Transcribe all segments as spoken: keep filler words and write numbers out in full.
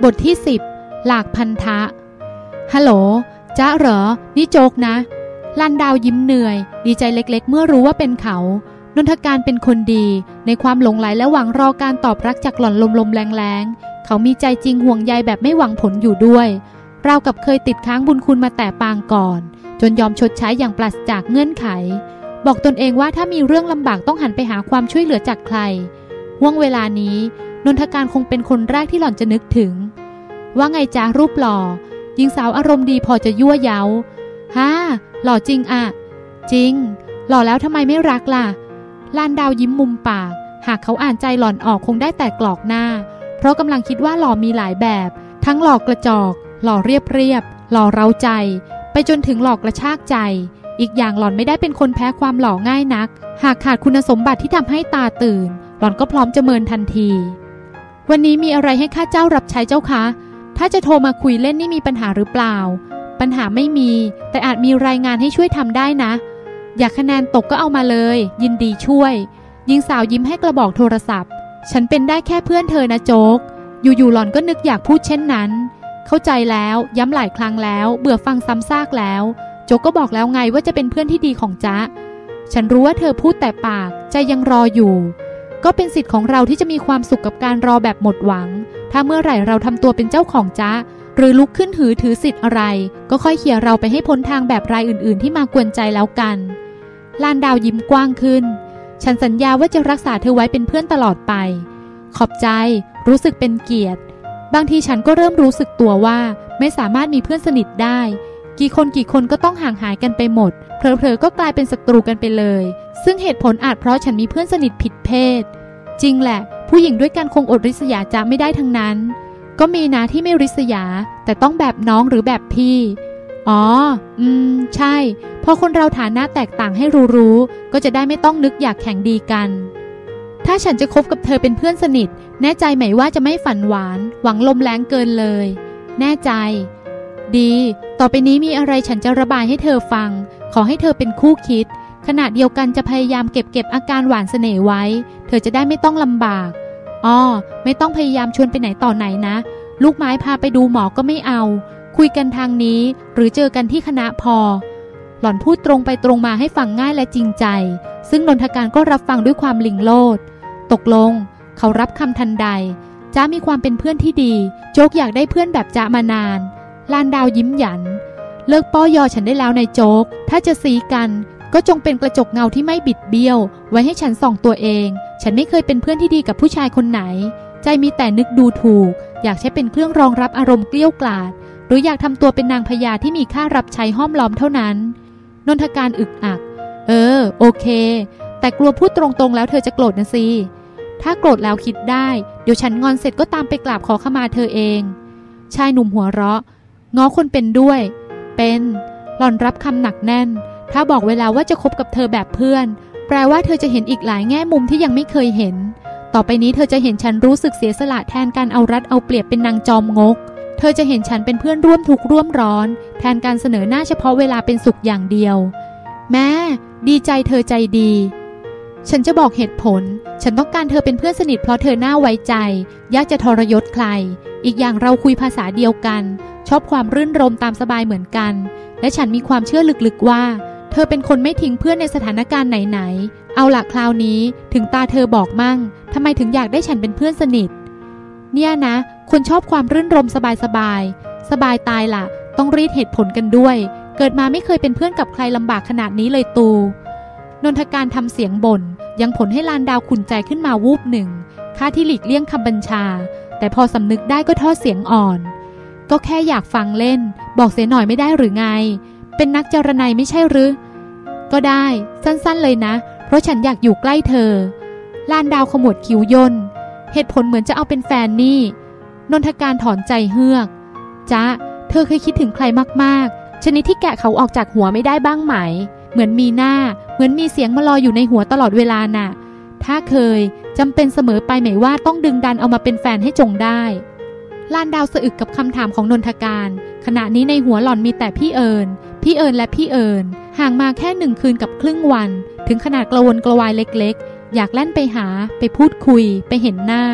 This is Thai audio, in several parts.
บทที่สิบหลากพันธะฮัลโหลจ๊ะเหรอนี่โจ๊กนะลันดาวยิ้มเหนื่อยดีใจเล็กๆเมื่อรู้ว่าเป็นเขานนทการเป็นคนดีในความหลงไหลและหวังรอการตอบรักจากหล่อนลมๆแรงๆเขามีใจจริงห่วงใยแบบไม่หวังผลอยู่ด้วยราวกับเคยติดค้างบุญคุณมาแต่ปางก่อนจนยอมชดใช้อย่างปราศจากเงื่อนไขบอกตนเองว่าถ้ามีเรื่องลำบากต้องหันไปหาความช่วยเหลือจากใครห่วงเวลานี้นนทการคงเป็นคนแรกที่หล่อนจะนึกถึงว่าไงจ๊ะรูปหล่อหญิงสาวอารมณ์ดีพอจะยั่วเย้าฮ่าหล่อจริงอะจริงหล่อแล้วทำไมไม่รักล่ะลานดาวยิ้มมุมปากหากเขาอ่านใจหล่อนออกคงได้แต่กรอกหน้าเพราะกำลังคิดว่าหล่อมีหลายแบบทั้งหล่อกระจอกหล่อเรียบเรียบหล่อเร้าใจไปจนถึงหล่อกระชากใจอีกอย่างหล่อนไม่ได้เป็นคนแพ้ความหล่อง่ายนักหากขาดคุณสมบัติที่ทำให้ตาตื่นหล่อนก็พร้อมจะเมินทันทีวันนี้มีอะไรให้ข้าเจ้ารับใช้เจ้าคะถ้าจะโทรมาคุยเล่นนี่มีปัญหาหรือเปล่าปัญหาไม่มีแต่อาจมีรายงานให้ช่วยทำได้นะอยากคะแนนตกก็เอามาเลยยินดีช่วยหญิงสาวยิ้มให้กระบอกโทรศัพท์ฉันเป็นได้แค่เพื่อนเธอนะโจ๊กอยู่ๆหล่อนก็นึกอยากพูดเช่นนั้นเข้าใจแล้วย้ำหลายครั้งแล้วเบื่อฟังซ้ำซากแล้วโจ๊กก็บอกแล้วไงว่าจะเป็นเพื่อนที่ดีของจ๊ะฉันรู้ว่าเธอพูดแต่ปากใจยังรออยู่ก็เป็นสิทธิ์ของเราที่จะมีความสุขกับการรอแบบหมดหวังถ้าเมื่อไหร่เราทำตัวเป็นเจ้าของจ๊ะหรือลุกขึ้นหือถือสิทธิ์อะไรก็ค่อยเขี่ยเราไปให้พ้นทางแบบรายอื่นๆที่มากวนใจแล้วกันลานดาวยิ้มกว้างขึ้นฉันสัญญาว่าจะรักษาเธอไว้เป็นเพื่อนตลอดไปขอบใจรู้สึกเป็นเกียรติบางทีฉันก็เริ่มรู้สึกตัวว่าไม่สามารถมีเพื่อนสนิทได้กี่คนกี่คนก็ต้องห่างหายกันไปหมดเผลอๆก็กลายเป็นศัตรูกันไปเลยซึ่งเหตุผลอาจเพราะฉันมีเพื่อนสนิทผิดเพศจริงแหละผู้หญิงด้วยกันคงอดริษยาจ๊ะไม่ได้ทั้งนั้นก็มีนะที่ไม่ริษยาแต่ต้องแบบน้องหรือแบบพี่อ๋ออืมใช่พอคนเราฐานะแตกต่างให้รู้ๆก็จะได้ไม่ต้องนึกอยากแข่งดีกันถ้าฉันจะคบกับเธอเป็นเพื่อนสนิทแน่ใจไหมว่าจะไม่ฝันหวานหวังลมแรงเกินเลยแน่ใจดีต่อไปนี้มีอะไรฉันจะระบายให้เธอฟังขอให้เธอเป็นคู่คิดขณะเดียวกันจะพยายามเก็บเก็บอาการหวานเสน่ห์ไว้เธอจะได้ไม่ต้องลำบากอ้อไม่ต้องพยายามชวนไปไหนต่อไหนนะลูกไม้พาไปดูหมอก็ไม่เอาคุยกันทางนี้หรือเจอกันที่คณะพอหล่อนพูดตรงไปตรงมาให้ฟังง่ายและจริงใจซึ่งนนทการก็รับฟังด้วยความลิงโลดตกลงเขารับคำทันใดจ๊ะมีความเป็นเพื่อนที่ดีโจ๊กอยากได้เพื่อนแบบจ๊ะมานานลานดาวยิ้มหยันเลิกป้อยอฉันได้แล้วนายโจ๊กถ้าจะซีกันก็จงเป็นกระจกเงาที่ไม่บิดเบี้ยวไว้ให้ฉันส่องตัวเองฉันไม่เคยเป็นเพื่อนที่ดีกับผู้ชายคนไหนใจมีแต่นึกดูถูกอยากใช้เป็นเครื่องรองรับอารมณ์เกลี้ยวกล่อมหรืออยากทำตัวเป็นนางพญาที่มีค่ารับใช้ห้อมล้อมเท่านั้นนนทการอึกอักเออโอเคแต่กลัวพูดตรงๆแล้วเธอจะโกรธนะสิถ้าโกรธแล้วคิดได้เดี๋ยวฉันงอนเสร็จก็ตามไปกราบขอขมาเธอเองชายหนุ่มหัวเราะง้อคนเป็นด้วยเป็นหล่อนรับคำหนักแน่นถ้าบอกเวลาว่าจะคบกับเธอแบบเพื่อนแปลว่าเธอจะเห็นอีกหลายแง่มุมที่ยังไม่เคยเห็นต่อไปนี้เธอจะเห็นฉันรู้สึกเสียสละแทนการเอารัดเอาเปรียบเป็นนางจอมงกเธอจะเห็นฉันเป็นเพื่อนร่วมทุกข์ร่วมร้อนแทนการเสนอหน้าเฉพาะเวลาเป็นสุขอย่างเดียวแม่ดีใจเธอใจดีฉันจะบอกเหตุผลฉันต้องการเธอเป็นเพื่อนสนิทเพราะเธอน่าไว้ใจยากจะทรยศใครอีกอย่างเราคุยภาษาเดียวกันชอบความรื่นรมตามสบายเหมือนกันและฉันมีความเชื่อลึกๆว่าเธอเป็นคนไม่ทิ้งเพื่อนในสถานการณ์ไหนๆเอาล่ะคราวนี้ถึงตาเธอบอกมั่งทำไมถึงอยากได้ฉันเป็นเพื่อนสนิทเนี่ยนะคนชอบความรื่นรมสบายสบายสบายตายล่ะต้องรีดเหตุผลกันด้วยเกิดมาไม่เคยเป็นเพื่อนกับใครลำบากขนาดนี้เลยตูนนทการทำเสียงบ่นยังผลให้ลานดาวขุ่นใจขึ้นมาวูบหนึ่งค่าที่หลีกเลี่ยงคำบัญชาแต่พอสำนึกได้ก็ทอดเสียงอ่อนก็แค่อยากฟังเล่นบอกเสียหน่อยไม่ได้หรือไงเป็นนักจรนัยไม่ใช่หรือก็ได้สั้นๆเลยนะเพราะฉันอยากอยู่ใกล้เธอลานดาวขมวดคิ้วย่นเหตุผลเหมือนจะเอาเป็นแฟนนี่นนทการถอนใจเฮือกจ๊ะเธอเคยคิดถึงใครมากๆชนิดที่แกะเขาออกจากหัวไม่ได้บ้างไหมเหมือนมีหน้าเหมือนมีเสียงมาลอยอยู่ในหัวตลอดเวลาน่ะถ้าเคยจำเป็นเสมอไปไหมว่าต้องดึงดันเอามาเป็นแฟนให้จงได้ลานดาวสะอึกกับคำถามของนนทการขณะนี้ในหัวหล่อนมีแต่พี่เอิญพี่เอิญและพี่เอิญห่างมาแค่หนึ่งคืนกับครึ่งวันถึงขนาดกระวนกระวายเล็กๆอยากแล่นไปหาไปพูดคุยไปเห็นหน้าแต่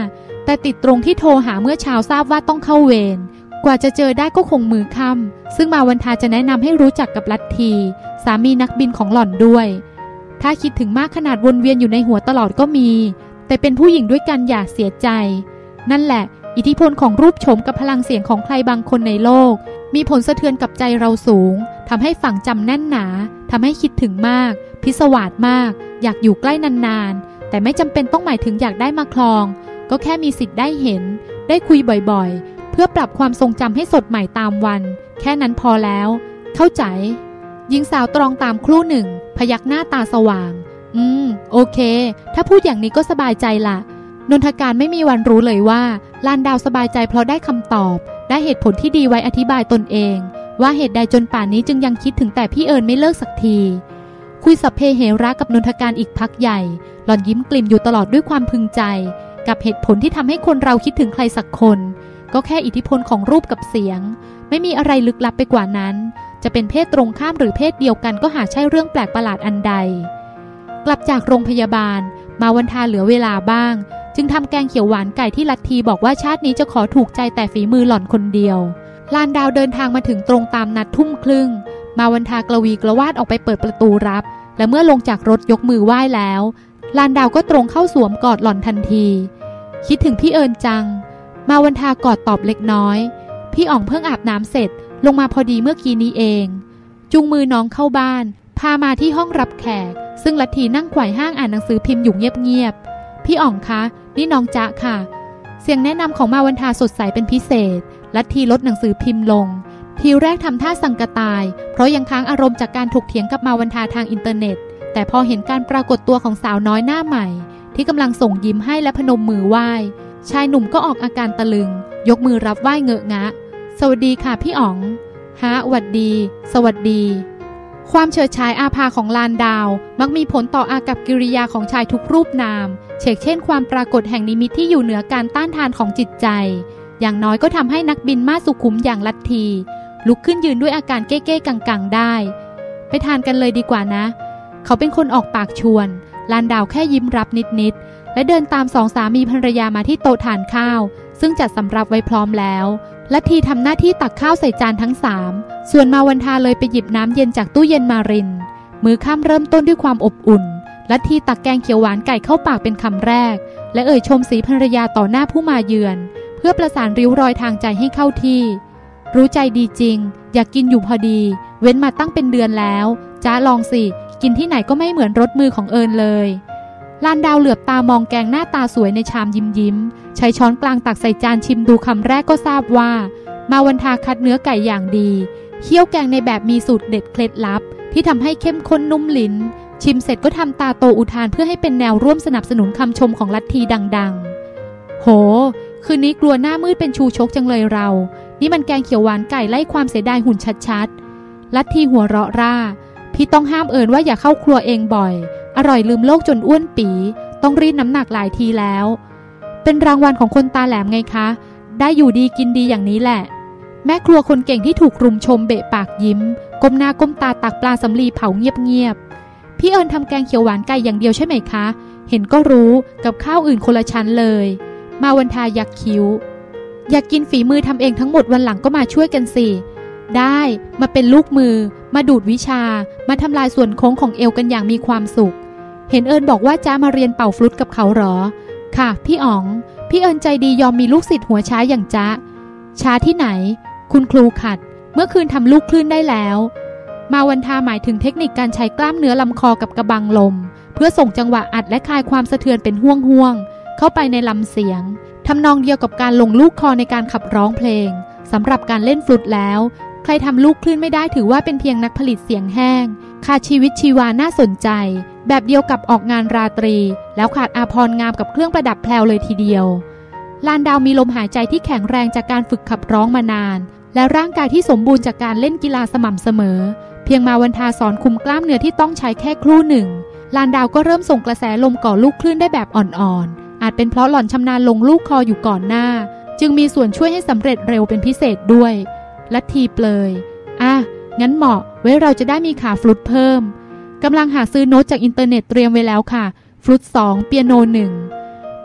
แต่ติดตรงที่โทรหาเมื่อเช้าทราบว่าต้องเข้าเวรกว่าจะเจอได้ก็คงมือค่ำซึ่งมาวันทาจะแนะนำให้รู้จักกับลัทธีสามีนักบินของหล่อนด้วยถ้าคิดถึงมากขนาดวนเวียนอยู่ในหัวตลอดก็มีแต่เป็นผู้หญิงด้วยกันอย่าเสียใจนั่นแหละอิทธิพลของรูปโฉมกับพลังเสียงของใครบางคนในโลกมีผลสะเทือนกับใจเราสูงทำให้ฝังจำแน่นหนาทำให้คิดถึงมากพิศวาสมากอยากอยู่ใกล้นานๆแต่ไม่จำเป็นต้องหมายถึงอยากได้มาครองก็แค่มีสิทธิ์ได้เห็นได้คุยบ่อยๆเพื่อปรับความทรงจำให้สดใหม่ตามวันแค่นั้นพอแล้วเข้าใจหญิงสาวตรองตามครู่หนึ่งพยักหน้าตาสว่างอืมโอเคถ้าพูดอย่างนี้ก็สบายใจละนนทการไม่มีวันรู้เลยว่าลานดาวสบายใจเพราะได้คำตอบได้เหตุผลที่ดีไว้อธิบายตนเองว่าเหตุใดจนป่านนี้จึงยังคิดถึงแต่พี่เอิญไม่เลิกสักทีคุยสัพเพเหระกับนนทการอีกพักใหญ่หล่อนยิ้มกลิ่มอยู่ตลอดด้วยความพึงใจกับเหตุผลที่ทำให้คนเราคิดถึงใครสักคนก็แค่อิทธิพลของรูปกับเสียงไม่มีอะไรลึกลับไปกว่านั้นจะเป็นเพศตรงข้ามหรือเพศเดียวกันก็หาใช่เรื่องแปลกประหลาดอันใดกลับจากโรงพยาบาลมาวันทาเหลือเวลาบ้างจึงทำแกงเขียวหวานไก่ที่ลัทธีบอกว่าชาตินี้จะขอถูกใจแต่ฝีมือหล่อนคนเดียวลานดาวเดินทางมาถึงตรงตามนัดทุ่มครึ่งมาวันทากระวีกระวาดออกไปเปิดประตูรับและเมื่อลงจากรถยกมือไหว้แล้วลานดาวก็ตรงเข้าสวมกอดหล่อนทันทีคิดถึงพี่เอิญจังมาวันทากอดตอบเล็กน้อยพี่อ๋องเพิ่งอาบน้ำเสร็จลงมาพอดีเมื่อกี้นี้เองจูงมือน้องเข้าบ้านพามาที่ห้องรับแขกซึ่งลัทธีนั่งไขว่ห้างอ่านหนังสือพิมพ์อยู่เงียบๆพี่อ๋องคะนี่น้องจ๊ะค่ะเสียงแนะนำของมาวันทาสดใสเป็นพิเศษลัทธีลดหนังสือพิมพ์ลงทีแรกทำท่าสังกะตายเพราะยังค้างอารมณ์จากการถกเถียงกับมาวันทาทางอินเทอร์เน็ตแต่พอเห็นการปรากฏตัวของสาวน้อยหน้าใหม่ที่กำลังส่งยิ้มให้และพนมมือไหว้ชายหนุ่มก็ออกอาการตะลึงยกมือรับไหว้เงอะงะสวัสดีค่ะพี่อ๋องฮะหวัดดีสวัสดีความเฉิดฉายอาภาของลานดาวมักมีผลต่ออากัปกิริยาของชายทุกรูปนามเช่นเช่นความปรากฏแห่งนิมิตที่อยู่เหนือการต้านทานของจิตใจอย่างน้อยก็ทำให้นักบินมาสุขุมอย่างลัทธีลุกขึ้นยืนด้วยอาการเก้ๆกังๆได้ไปทานกันเลยดีกว่านะเขาเป็นคนออกปากชวนลานดาวแค่ยิ้มรับนิดๆและเดินตามสองสามีภรรยามาที่โต๊ะทานข้าวซึ่งจัดสำรับไว้พร้อมแล้วลัทธีทำหน้าที่ตักข้าวใส่จานทั้งสามส่วนมาวันทาเลยไปหยิบน้ำเย็นจากตู้เย็นมารินมื้อค่ำเริ่มต้นด้วยความอบอุ่นลัทธีตักแกงเขียวหวานไก่เข้าปากเป็นคำแรกและเอ่ยชมสีภรรยาต่อหน้าผู้มาเยือนเพื่อประสานริ้วรอยทางใจให้เข้าที่รู้ใจดีจริงอยากกินอยู่พอดีเว้นมาตั้งเป็นเดือนแล้วจ้าลองสิกินที่ไหนก็ไม่เหมือนรสมือของเอิญเลยลานดาวเหลือบตามองแกงหน้าตาสวยในชามยิ้มยิ้มใช้ช้อนกลางตักใส่จานชิมดูคำแรกก็ทราบว่ามาวันทาคัดเนื้อไก่อย่างดีเคี่ยวแกงในแบบมีสูตรเด็ดเคล็ดลับที่ทำให้เข้มข้นนุ่มลิ้นชิมเสร็จก็ทำตาโตอุทานเพื่อให้เป็นแนวร่วมสนับสนุนคำชมของลัทธีดังๆโหคืนนี้กลัวหน้ามืดเป็นชูชกจังเลยเรานี่มันแกงเขียวหวานไก่ไล่ความเสียดายหุ่นชัดๆลัทธีหัวเราะร่าพี่ต้องห้ามเอิญว่าอย่าเข้าครัวเองบ่อยอร่อยลืมโลกจนอ้วนปีต้องรีดน้ำหนักหลายทีแล้วเป็นรางวัลของคนตาแหลมไงคะได้อยู่ดีกินดีอย่างนี้แหละแม่ครัวคนเก่งที่ถูกรุมชมเบะปากยิ้มก้มหน้าก้มตาตักปลาสำลีเผาเงียบๆพี่เอิญทำแกงเขียวหวานไก่อย่างเดียวใช่ไหมคะเห็นก็รู้กับข้าวอื่นคนละชั้นเลยมาวันทายักคิ้วอยากกินฝีมือทำเองทั้งหมดวันหลังก็มาช่วยกันสิได้มาเป็นลูกมือมาดูดวิชามาทำลายส่วนโค้งของเอวกันอย่างมีความสุขเห็นเอิญบอกว่าจ้ามาเรียนเป่าฟลุตกับเขาหรอค่ะพี่อ๋องพี่เอิญใจดียอมมีลูกศิษย์หัวช้าอย่างจ๊ะช้าที่ไหนคุณครูขัดเมื่อคืนทำลูกคลื่นได้แล้วมาวันทาหมายถึงเทคนิคการใช้กล้ามเนื้อลำคอกับกระบังลมเพื่อส่งจังหวะอัดและคลายความสะเทือนเป็นห่วงๆเข้าไปในลำเสียงทำนองเดียวกับการลงลูกคอในการขับร้องเพลงสำหรับการเล่นฟลุตแล้วใครทำลูกคลื่นไม่ได้ถือว่าเป็นเพียงนักผลิตเสียงแห้งขาดชีวิตชีวาน่าสนใจแบบเดียวกับออกงานราตรีแล้วขาดอาภรณ์งามกับเครื่องประดับแพลวเลยทีเดียวลานดาวมีลมหายใจที่แข็งแรงจากการฝึกขับร้องมานานและร่างกายที่สมบูรณ์จากการเล่นกีฬาสม่ำเสมอเพียงมาวันทาสอนคุมกล้ามเนื้อที่ต้องใช้แค่ครู่หนึ่งลานดาวก็เริ่มส่งกระแสลมก่อลูกคลื่นได้แบบอ่อนๆอาจเป็นเพราะหล่อนชำนาญลงลูกคออยู่ก่อนหน้าจึงมีส่วนช่วยให้สำเร็จเร็วเป็นพิเศษด้วยลัทธีเปลยอ่ะงั้นเหมาะไว้เราจะได้มีขาฟลุตเพิ่มกำลังหาซื้อโน้ตจากอินเทอร์เน็ตเตรียมไว้แล้วค่ะฟลุตสองเปียโนหนึ่ง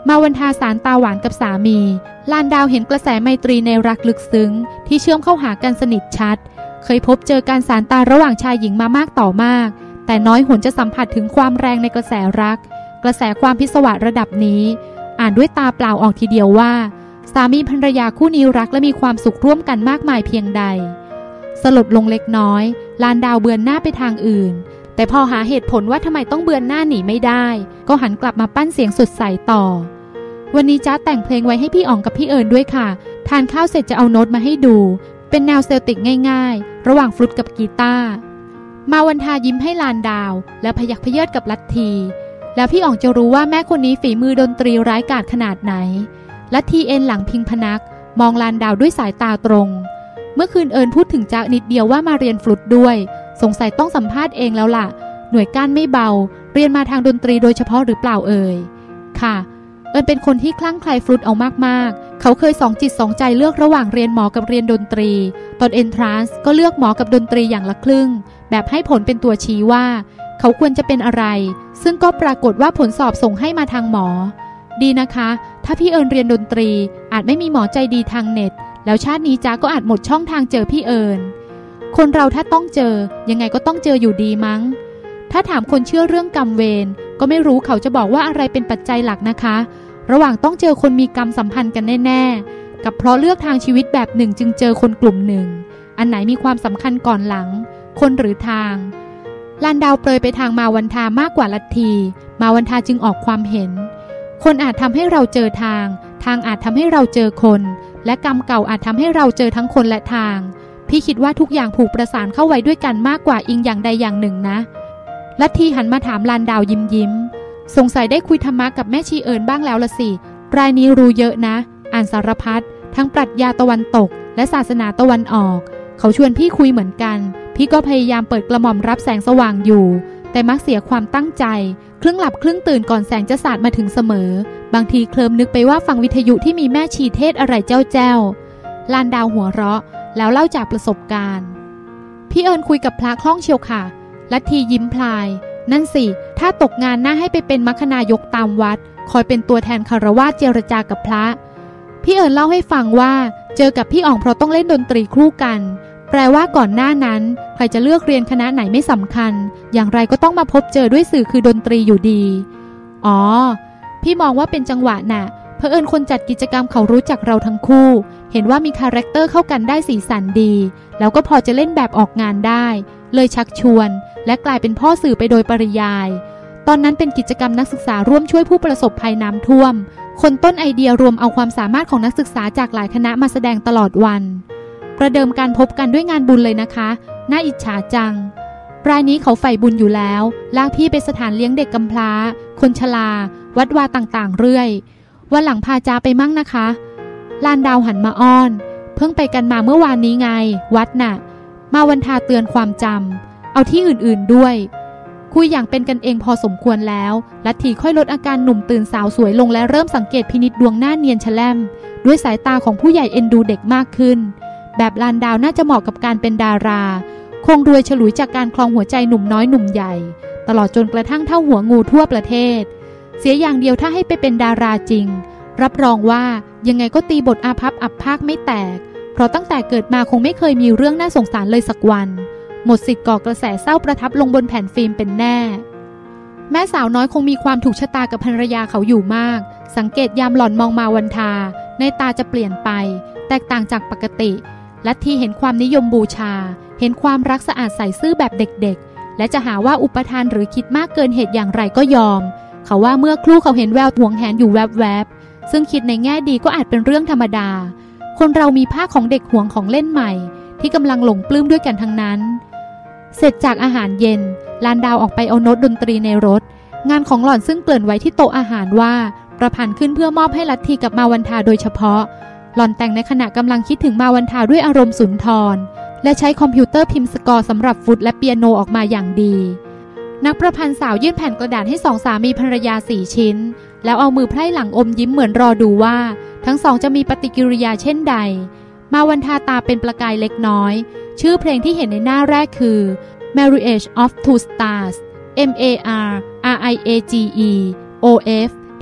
มาวันทาสารตาหวานกับสามีลานดาวเห็นกระแสไมตรีในรักลึกซึ้งที่เชื่อมเข้าหากันสนิทชัดเคยพบเจอการสารตาระหว่างชายหญิงมามากต่อมากแต่น้อยหนจะสัมผัสถึงความแรงในกระแสรักกระแสความพิศวาสระดับนี้อ่านด้วยตาเปล่าออกทีเดียวว่าสามีภรรยาคู่นี้รักและมีความสุขร่วมกันมากมายเพียงใดสลดลงเล็กน้อยลานดาวเบือนหน้าไปทางอื่นแต่พอหาเหตุผลว่าทำไมต้องเบือนหน้าหนีไม่ได้ก็หันกลับมาปั้นเสียงสดใสต่อวันนี้จ๊ะแต่งเพลงไว้ให้พี่อ๋องกับพี่เอิญด้วยค่ะทานข้าวเสร็จจะเอาโน้ตมาให้ดูเป็นแนวเซลติกง่ายๆระหว่างฟลุตกับกีตาร์มาวันทายิ้มให้ลานดาวและพยักพเยิดกับลัทธีแล้วพี่อ๋องจะรู้ว่าแม่คนนี้ฝีมือดนตรีร้ายกาจขนาดไหนลัทธีเอ็นหลังพิงพนักมองลานดาวด้วยสายตาตรงเมื่อคืนเอิญพูดถึงจ๊ะนิดเดียวว่ามาเรียนฟลุตด้วยสงสัยต้องสัมภาษณ์เองแล้วล่ะหน่วยก้านไม่เบาเรียนมาทางดนตรีโดยเฉพาะหรือเปล่าเอ่ยค่ะเอิญเป็นคนที่คลั่งไคล้ฟลุตเอามากๆเขาเคยสองจิตสองใจเลือกระหว่างเรียนหมอกับเรียนดนตรีตอนเอนทรานซ์ก็เลือกหมอกับดนตรีอย่างละครึ่งแบบให้ผลเป็นตัวชี้ว่าเขาควรจะเป็นอะไรซึ่งก็ปรากฏว่าผลสอบส่งให้มาทางหมอดีนะคะถ้าพี่เอิญเรียนดนตรีอาจไม่มีหมอใจดีทางเน็ตแล้วชาตินี้จ๊ะก็อาจหมดช่องทางเจอพี่เอิญคนเราถ้าต้องเจอยังไงก็ต้องเจออยู่ดีมั้งถ้าถามคนเชื่อเรื่องกรรมเวรก็ไม่รู้เขาจะบอกว่าอะไรเป็นปัจจัยหลักนะคะระหว่างต้องเจอคนมีกรรมสัมพันธ์กันแน่ๆกับเพราะเลือกทางชีวิตแบบหนึ่งจึงเจอคนกลุ่มหนึ่งอันไหนมีความสำคัญก่อนหลังคนหรือทางลานดาวเปรยไปทางมาวันทามากกว่าลัทธีมาวันทาจึงออกความเห็นคนอาจทำให้เราเจอทางทางอาจทำให้เราเจอคนและกรรมเก่าอาจทำให้เราเจอทั้งคนและทางพี่คิดว่าทุกอย่างผูกประสานเข้าไว้ด้วยกันมากกว่าอิงอย่างใดอย่างหนึ่งนะลัทธีหันมาถามลานดาวยิ้มยิ้มสงสัยได้คุยธรรมะกับแม่ชีเอิญบ้างแล้วละสิรายนี้รู้เยอะนะอ่านสารพัดทั้งปรัชญาตะวันตกและศาสนาตะวันออกเขาชวนพี่คุยเหมือนกันพี่ก็พยายามเปิดกระหม่อมรับแสงสว่างอยู่แต่มักเสียความตั้งใจครึ่งหลับครึ่งตื่นก่อนแสงจะสาดมาถึงเสมอบางทีเคลิมนึกไปว่าฟังวิทยุที่มีแม่ชีเทศอะไรเจ้าแจ้วลานดาวหัวเราะแล้วเล่าจากประสบการณ์พี่เอิญคุยกับพระคล่องเชียวค่ะลัทธียิ้มพลายนั่นสิถ้าตกงานน่าให้ไปเป็นมัคคณายกตามวัดคอยเป็นตัวแทนคฤหัสถ์เจรจากับพระพี่เอิญเล่าให้ฟังว่าเจอกับพี่อ๋องเพราะต้องเล่นดนตรีคู่กันแปลว่าก่อนหน้านั้นใครจะเลือกเรียนคณะไหนไม่สำคัญอย่างไรก็ต้องมาพบเจอด้วยสื่อคือดนตรีอยู่ดีอ๋อพี่มองว่าเป็นจังหวะน่ะเผอิญคนจัดกิจกรรมเขารู้จักเราทั้งคู่เห็นว่ามีคาแรคเตอร์เข้ากันได้สีสันดีแล้วก็พอจะเล่นแบบออกงานได้เลยชักชวนและกลายเป็นพ่อสื่อไปโดยปริยายตอนนั้นเป็นกิจกรรมนักศึกษาร่วมช่วยผู้ประสบภัยน้ำท่วมคนต้นไอเดียรวมเอาความสามารถของนักศึกษาจากหลายคณะมาแสดงตลอดวันประเดิมการพบกันด้วยงานบุญเลยนะคะน่าอิจฉาจังรายนี้เขาใฝ่บุญอยู่แล้วลากพี่ไปสถานเลี้ยงเด็กกำพร้าคนชราวัดวาต่างๆเรื่อยวันหลังพาจ้าไปมั่งนะคะลานดาวหันมาอ้อนเพิ่งไปกันมาเมื่อวานนี้ไงวัดน่ะมาวันทาเตือนความจำเอาที่อื่นๆด้วยคุยอย่างเป็นกันเองพอสมควรแล้วลัทธีค่อยลดอาการหนุ่มตื่นสาวสวยลงและเริ่มสังเกตพินิจดวงหน้าเนียนแฉลมด้วยสายตาของผู้ใหญ่เอ็นดูเด็กมากขึ้นแบบลานดาวน่าจะเหมาะกับการเป็นดาราคงรวยฉลุยจากการครองหัวใจหนุ่มน้อยหนุ่มใหญ่ตลอดจนกระทั่งเท่าหัวงูทั่วประเทศเสียอย่างเดียวถ้าให้ไปเป็นดาราจริงรับรองว่ายังไงก็ตีบทอาภัพอับภาคไม่แตกเพราะตั้งแต่เกิดมาคงไม่เคยมีเรื่องน่าสงสารเลยสักวันหมดสิทธิ์ก่อกระแสเศร้าประทับลงบนแผ่นฟิล์มเป็นแน่แม่สาวน้อยคงมีความถูกชะตากับภรรยาเขาอยู่มากสังเกตยามหล่อนมองมาวันทาในตาจะเปลี่ยนไปแตกต่างจากปกติลัทธีเห็นความนิยมบูชาเห็นความรักสะอาดใสซื่อแบบเด็กๆและจะหาว่าอุปทานหรือคิดมากเกินเหตุอย่างไรก็ยอมเขาว่าเมื่อครู่เขาเห็นแววหวงแหนอยู่แวบๆซึ่งคิดในแง่ดีก็อาจเป็นเรื่องธรรมดาคนเรามีภาคของเด็กหวงของเล่นใหม่ที่กำลังหลงปลื้มด้วยกันทั้งนั้นเสร็จจากอาหารเย็นลานดาวออกไปเอาโน้ตดนตรีในรถงานของหล่อนซึ่งเกริ่นไว้ที่โต๊ะอาหารว่าประพันธ์ขึ้นเพื่อมอบให้ลัทธีกับมาวันทาโดยเฉพาะหล่อนแต่งในขณะกำลังคิดถึงมาวันทาด้วยอารมณ์สุนทรและใช้คอมพิวเตอร์พิมพ์สกอร์สำหรับฟลุตและเปียโนออกมาอย่างดีนักประพันธ์สาวยื่นแผ่นกระดาษให้สองสามีภรรยาสี่ชิ้นแล้วเอามือไพร่หลังอมยิ้มเหมือนรอดูว่าทั้งสองจะมีปฏิกิริยาเช่นใดมาวันทาตาเป็นประกายเล็กน้อยชื่อเพลงที่เห็นในหน้าแรกคือ Marriage of Two Stars M A R R I A G E O F T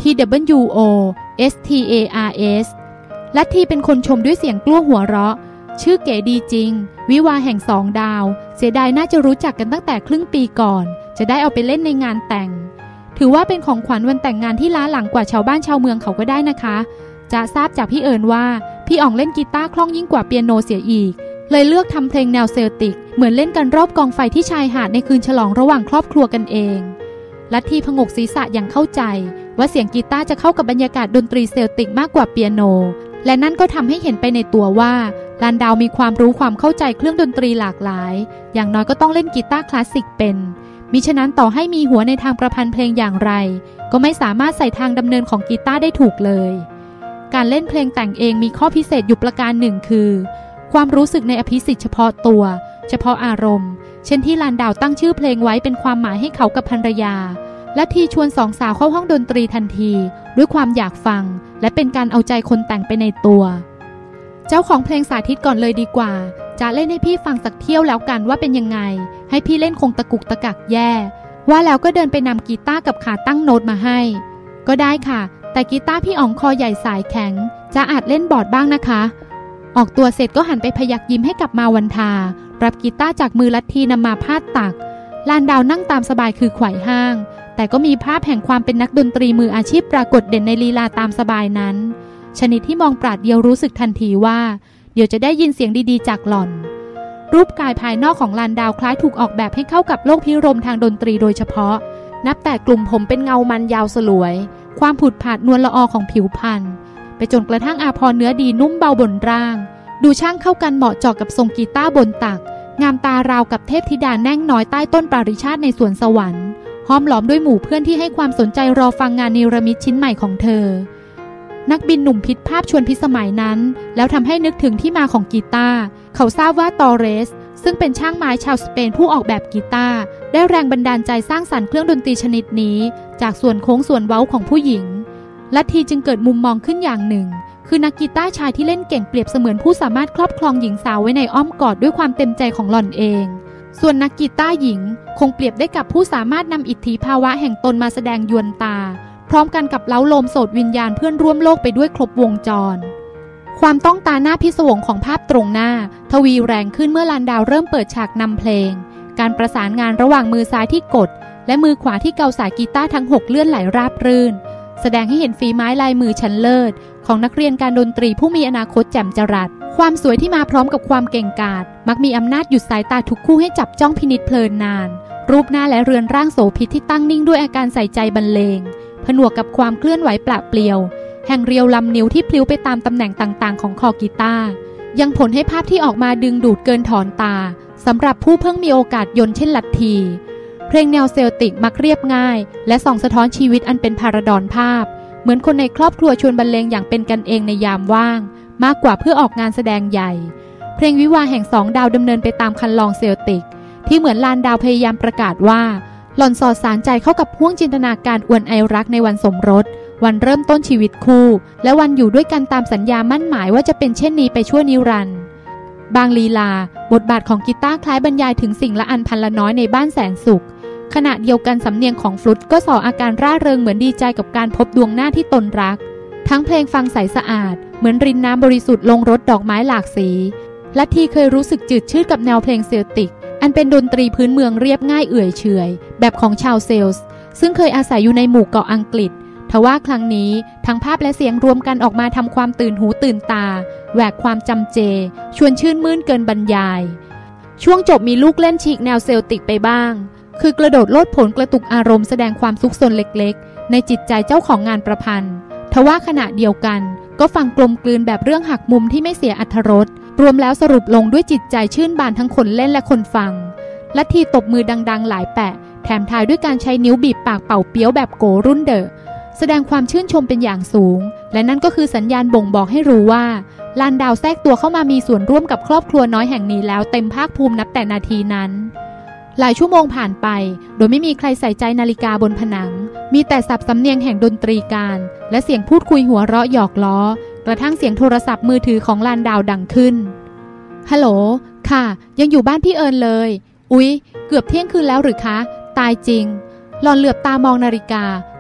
ที ดับเบิลยู โอ เอส ที เอ อาร์ เอส ลัทธิเป็นคนชมด้วยเสียงกลั้วหัวเราะชื่อเก๋ดีจริงวิวาแห่งสองดาวเสียดายน่าจะรู้จักกันตั้งแต่ครึ่งปีก่อนจะได้เอาไปเล่นในงานแต่งถือว่าเป็นของขวัญวันแต่งงานที่ล้าหลังกว่าชาวบ้านชาวเมืองเขาก็ได้นะคะจะทราบจากพี่เอิญว่าพี่อ๋องเล่นกีตาร์คล่องยิ่งกว่าเปียโนเสียอีกเลยเลือกทำเพลงแนวเซลติกเหมือนเล่นกันรอบกองไฟที่ชายหาดในคืนฉลองระหว่างครอบครัวกันเองลัทธิผงกศีรษะอย่างเข้าใจว่าเสียงกีตาร์จะเข้ากับบรรยากาศดนตรีเซลติกมากกว่าเปียโนและนั่นก็ทำให้เห็นไปในตัวว่าลานดาวมีความรู้ความเข้าใจเครื่องดนตรีหลากหลายอย่างน้อยก็ต้องเล่นกีตาร์คลาสสิกเป็นมิฉะนั้นต่อให้มีหัวในทางประพันธ์เพลงอย่างไรก็ไม่สามารถใส่ทางดำเนินของกีตาร์ได้ถูกเลยการเล่นเพลงแต่งเองมีข้อพิเศษอยู่ประการหนึ่งคือความรู้สึกในอภิสิทธิ์เฉพาะตัวเฉพาะอารมณ์เช่นที่ลานดาวตั้งชื่อเพลงไว้เป็นความหมายให้เขากับภรรยาและทีชวนสองสาวเข้าห้องดนตรีทันทีด้วยความอยากฟังและเป็นการเอาใจคนแต่งไปในตัวเจ้าของเพลงสาธิตก่อนเลยดีกว่าจะเล่นให้พี่ฟังสักเที่ยวแล้วกันว่าเป็นยังไงให้พี่เล่นคงตะกุกตะกักแย่ว่าแล้วก็เดินไปนำกีตาร์กับขาตั้งโน้ตมาให้ก็ได้ค่ะแต่กีตาร์พี่อ๋องคอใหญ่สายแข็งจะอาจเล่นบอร์ดบ้างนะคะออกตัวเสร็จก็หันไปพยักยิ้มให้กับมาวันทารับกีตาร์จากมือลัทธินำมาพาดตักลานดาวนั่งตามสบายคือไขว่ห้างแต่ก็มีภาพแห่งความเป็นนักดนตรีมืออาชีพปรากฏเด่นในลีลาตามสบายนั้นชนิดที่มองปราดเดียวรู้สึกทันทีว่าเดี๋ยวจะได้ยินเสียงดีๆจากหล่อนรูปกายภายนอกของลานดาวคล้ายถูกออกแบบให้เข้ากับโลกพิรมทางดนตรีโดยเฉพาะนับแต่กลุ่มผมเป็นเงามันยาวสลวยความผุดผาดนวลละออของผิวพรรณไปจนกระทั่งอาภรณ์เนื้อดีนุ่มเบาบนร่างดูช่างเข้ากันเหมาะเจาะกับทรงกีตาร์บนตักงามตาราวกับเทพธิดาแน่งน้อยใต้ต้นปาริชาติในสวนสวรรค์ห้อมล้อมด้วยหมู่เพื่อนที่ให้ความสนใจรอฟังงานเนรมิตชิ้นใหม่ของเธอนักบินหนุ่มพิษภาพชวนพิสมัยนั้นแล้วทำให้นึกถึงที่มาของกีตาร์เขาทราบว่าตอเรสซึ่งเป็นช่างไม้ชาวสเปนผู้ออกแบบกีตาร์ได้แรงบันดาลใจสร้างสรรค์เครื่องดนตรีชนิดนี้จากส่วนโค้งส่วนเว้าของผู้หญิงลัทธิจึงเกิดมุมมองขึ้นอย่างหนึ่งคือนักกีตาร์ชายที่เล่นเก่งเปรียบเสมือนผู้สามารถครอบครองหญิงสาวไว้ในอ้อมกอดด้วยความเต็มใจของหล่อนเองส่วนนักกีตาร์หญิงคงเปรียบได้กับผู้สามารถนำอิทธิภาวะแห่งตนมาแสดงยวนตาพร้อมกันกับเล้าโลมโสดวิญญาณเพื่อนร่วมโลกไปด้วยครบวงจรความต้องตาหน้าพิศวงของภาพตรงหน้าทวีแรงขึ้นเมื่อลานดาวเริ่มเปิดฉากนำเพลงการประสานงานระหว่างมือซ้ายที่กดและมือขวาที่เกาสายกีตาร์ทั้งหกเลื่อนไหลราบรื่นแสดงให้เห็นฝีไม้ลายมือชั้นเลิศของนักเรียนการดนตรีผู้มีอนาคตแจ่มจรัสความสวยที่มาพร้อมกับความเก่งกาจมักมีอำนาจหยุดสายตาทุกคู่ให้จับจ้องพินิจเพลินนานรูปหน้าและเรือนร่างโสภิตที่ตั้งนิ่งด้วยอาการใส่ใจบรรเลงผนวกกับความเคลื่อนไหวปละเปลี่ยวแห่งเรียวลำนิ้วที่พลิ้วไปตามตำแหน่งต่างๆของคอกีตาร์ยังผลให้ภาพที่ออกมาดึงดูดเกินถอนตาสำหรับผู้เพิ่งมีโอกาสยนต์เช่นลัทธิเพลงแนวเซลติกมักเรียบง่ายและส่องสะท้อนชีวิตอันเป็นพาราดอนภาพเหมือนคนในครอบครัวชวนบรรเลงอย่างเป็นกันเองในยามว่างมากกว่าเพื่อออกงานแสดงใหญ่เพลงวิวาแห่งสองดาวดำเนินไปตามคันลองเซลติกที่เหมือนลานดาวพยายามประกาศว่าหล่อนสอดสารใจเข้ากับห้วงจินตนาการอวนไอรักในวันสมรสวันเริ่มต้นชีวิตคู่และวันอยู่ด้วยกันตามสัญญามั่นหมายว่าจะเป็นเช่นนี้ไปชั่วนิรันดร์บางลีลาบทบาทของกีตาร์คล้ายบรรยายถึงสิ่งละอันพันละน้อยในบ้านแสนสุขขณะเดียวกันสำเนียงของฟลุตก็ส่ออาการร่าเริงเหมือนดีใจกับการพบดวงหน้าที่ตนรักทั้งเพลงฟังใสสะอาดเหมือนรินน้ำบริสุทธิ์ลงรสดอกไม้หลากสีลัทธิเคยรู้สึกจืดชืดกับแนวเพลงเซลติกอันเป็นดนตรีพื้นเมืองเรียบง่ายเอื่อยเฉยแบบของชาวเซลส์ซึ่งเคยอาศัยอยู่ในหมู่เกาะอังกฤษทว่าครั้งนี้ทั้งภาพและเสียงรวมกันออกมาทำความตื่นหูตื่นตาแหวกความจำเจชวนชื่นมื่นเกินบรรยายช่วงจบมีลูกเล่นฉีกแนวเซลติกไปบ้างคือกระโดดโลดโผนกระตุกอารมณ์แสดงความซุกซนเล็กๆในจิตใจเจ้าของงานประพันธ์ทว่าขณะเดียวกันก็ฟังกลมกลืนแบบเรื่องหักมุมที่ไม่เสียอรรถรสรวมแล้วสรุปลงด้วยจิตใจชื่นบานทั้งคนเล่นและคนฟังลัทธิตบมือดังๆหลายแปะแถมท้ายด้วยการใช้นิ้วบีบปากเป่าเปี้ยวแบบโกรุ่นเดอะแสดงความชื่นชมเป็นอย่างสูงและนั่นก็คือสัญญาณบ่งบอกให้รู้ว่าลานดาวแทรกตัวเข้ามามีส่วนร่วมกับครอบครัวน้อยแห่งนี้แล้วเต็มภาคภูมินับแต่นาทีนั้นหลายชั่วโมงผ่านไปโดยไม่มีใครใส่ใจนาฬิกาบนผนังมีแต่สับสำเนียงแห่งดนตรีการและเสียงพูดคุยหัวเราะหยอกล้อกระทั่งเสียงโทรศัพท์มือถือของลานดาวดังขึ้นฮัลโหลค่ะยังอยู่บ้านพี่เอิญเลยอุ๊ยเกือบเที่ยงคืนแล้วหรือคะตายจริงหลอนเหลือบตามองนาฬิกา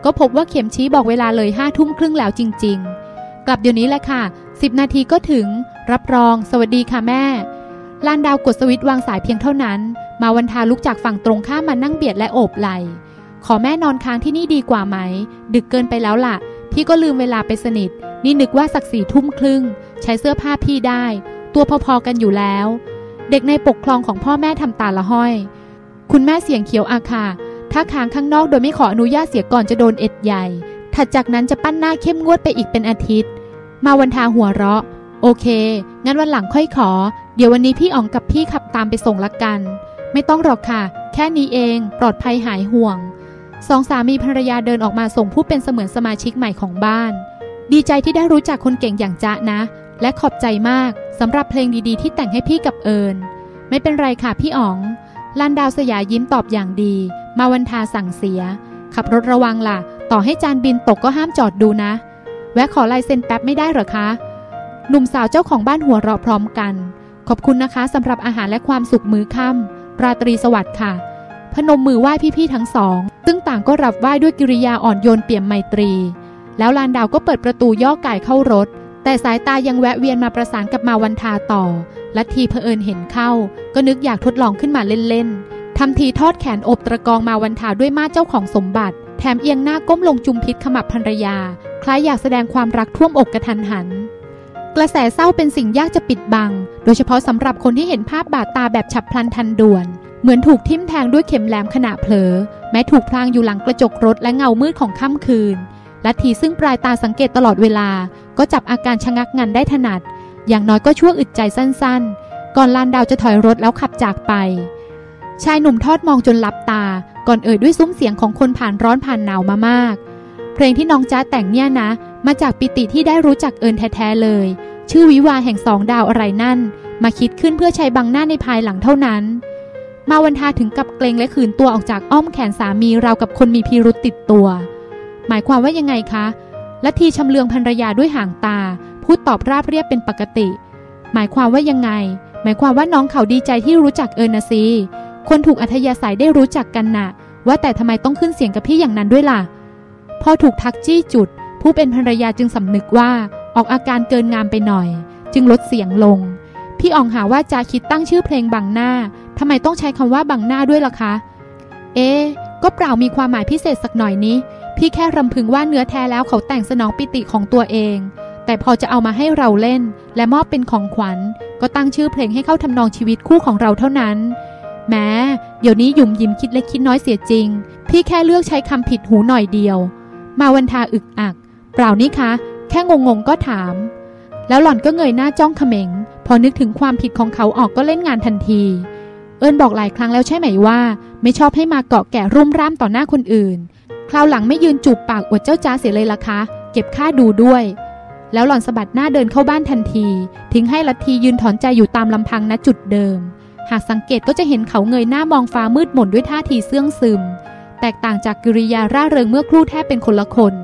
ก็พบว่าเข็มชี้บอกเวลาเลยห้าทุ่มครึ่งแล้วจริงๆกลับเดี๋ยวนี้แหละค่ะสิบนาทีก็ถึงรับรองสวัสดีค่ะแม่ลานดาวกดสวิตช์วางสายเพียงเท่านั้นมาวันทาลุกจากฝั่งตรงข้ามมานั่งเบียดและโอบไหล่ขอแม่นอนค้างที่นี่ดีกว่าไหมดึกเกินไปแล้วล่ะพี่ก็ลืมเวลาไปสนิทนี่นึกว่าสักสี่ทุ่มครึ่งใช้เสื้อผ้าพี่ได้ตัวพอๆกันอยู่แล้วเด็กในปกครองของพ่อแม่ทำตาละห้อยคุณแม่เสียงเขียวอาคาถ้าค้างข้างนอกโดยไม่ขออนุญาตเสียก่อนจะโดนเอ็ดใหญ่ถัดจากนั้นจะปั้นหน้าเข้มงวดไปอีกเป็นอาทิตย์มาวันทาหัวเราะโอเคงั้นวันหลังค่อยขอเดี๋ยววันนี้พี่อ๋องกับพี่ขับตามไปส่งละกันไม่ต้องหรอกค่ะแค่นี้เองปลอดภัยหายห่วงสองสามีภรรยาเดินออกมาส่งผู้เป็นเสมือนสมาชิกใหม่ของบ้านดีใจที่ได้รู้จักคนเก่งอย่างจ๊ะนะและขอบใจมากสำหรับเพลงดีๆที่แต่งให้พี่กับเอิญไม่เป็นไรค่ะพี่อ๋องลันดาวสยายิ้มตอบอย่างดีมาวันทาสั่งเสียขับรถระวังล่ะต่อให้จานบินตกก็ห้ามจอดดูนะแวะขอลายเซ็นแป๊บไม่ได้เหรอคะหนุ่มสาวเจ้าของบ้านหัวเราะพร้อมกันขอบคุณนะคะสำหรับอาหารและความสุขมื้อค่ำราตรีสวัสดิ์ค่ะพนมมือไหว้พี่ๆทั้งสองซึ่งต่างก็รับไหว้ด้วยกิริยาอ่อนโยนเปี่ยมไมตรีแล้วลานดาวก็เปิดประตูย่อก่ายเข้ารถแต่สายตายังแวะเวียนมาประสานกับมาวันทาต่อลัทธิเผอิญเห็นเข้าก็นึกอยากทดลองขึ้นมาเล่นๆทำทีทอดแขนอบตะกองมาวันทาด้วยมาเจ้าของสมบัติแถมเอียงหน้าก้มลงจุมพิษขมับภรรยาคล้ายอยากแสดงความรักท่วมอกกระทันหันกระแสเศร้าเป็นสิ่งยากจะปิดบังโดยเฉพาะสำหรับคนที่เห็นภาพบาดตาแบบฉับพลันทันด่วนเหมือนถูกทิ่มแทงด้วยเข็มแหลมขณะเผลอแม้ถูกพลางอยู่หลังกระจกรถและเงามืดของค่ำคืนลัทธิซึ่งปลายตาสังเกตตลอดเวลาก็จับอาการชะงักงันได้ถนัดอย่างน้อยก็ชั่วอึดใจสั้นๆก่อนลานดาวจะถอยรถแล้วขับจากไปชายหนุ่มทอดมองจนลับตาก่อนเอ่ยด้วยซุ้มเสียงของคนผ่านร้อนผ่านหนาวมามากเพลงที่น้องจ๊ะแต่งเนี่ยนะมาจากปิติที่ได้รู้จักเอิญแท้ๆเลยชื่อวิวาแห่งสองดาวอะไรนั่นมาคิดขึ้นเพื่อใช้บังหน้าในภายหลังเท่านั้นมาวันทาถึงกับเกรงและขืนตัวออกจากอ้อมแขนสามีราวกับคนมีพิรุธติดตัวหมายความว่ายังไงคะลัทธิชำเลืองภรรยาด้วยห่างตาพูดตอบราบเรียบเป็นปกติหมายความว่ายังไงหมายความว่าน้องเขาดีใจที่รู้จักเอิญนะสิคนถูกอัธยาศัยได้รู้จักกันน่ะว่าแต่ทำไมต้องขึ้นเสียงกับพี่อย่างนั้นด้วยล่ะพอถูกทักจี้จุดผู้เป็นภรรยาจึงสำนึกว่าออกอาการเกินงามไปหน่อยจึงลดเสียงลงพี่อ๋องหาว่าจาคิดตั้งชื่อเพลงบังหน้าทำไมต้องใช้คำว่าบังหน้าด้วยล่ะคะเอ๊ก็เปล่ามีความหมายพิเศษสักหน่อยนี้พี่แค่รำพึงว่าเนื้อแท้แล้วเขาแต่งสนองปิติของตัวเองแต่พอจะเอามาให้เราเล่นและมอบเป็นของขวัญก็ตั้งชื่อเพลงให้เข้าทำนองชีวิตคู่ของเราเท่านั้นแม้เดี๋ยวนี้หยุ่มยิ้มคิดเล็กคิดน้อยเสียจริงพี่แค่เลือกใช้คำผิดหูหน่อยเดียวมาวันทาอึกอักเปล่านี่คะแค่งงๆก็ถามแล้วหล่อนก็เงยหน้าจ้องเขม็งพอนึกถึงความผิดของเขาออกก็เล่นงานทันทีเอิญบอกหลายครั้งแล้วใช่ไหมว่าไม่ชอบให้มาเกาะแกะรุ่มร่ามต่อหน้าคนอื่นคราวหลังไม่ยืนจูบปากอวดเจ้าจ้าเสียเลยล่ะคะเก็บค่าดูด้วยแล้วหล่อนสะบัดหน้าเดินเข้าบ้านทันทีทิ้งให้ลัทธิยืนถอนใจอยู่ตามลำพังณจุดเดิมหากสังเกตก็จะเห็นเขาเงยหน้ามองฟ้ามืดหม่นด้วยท่าทีเสื่องซึมแตกต่างจากกิริยาร่าเริงเมื่อครู่แทบเป็นคนละคน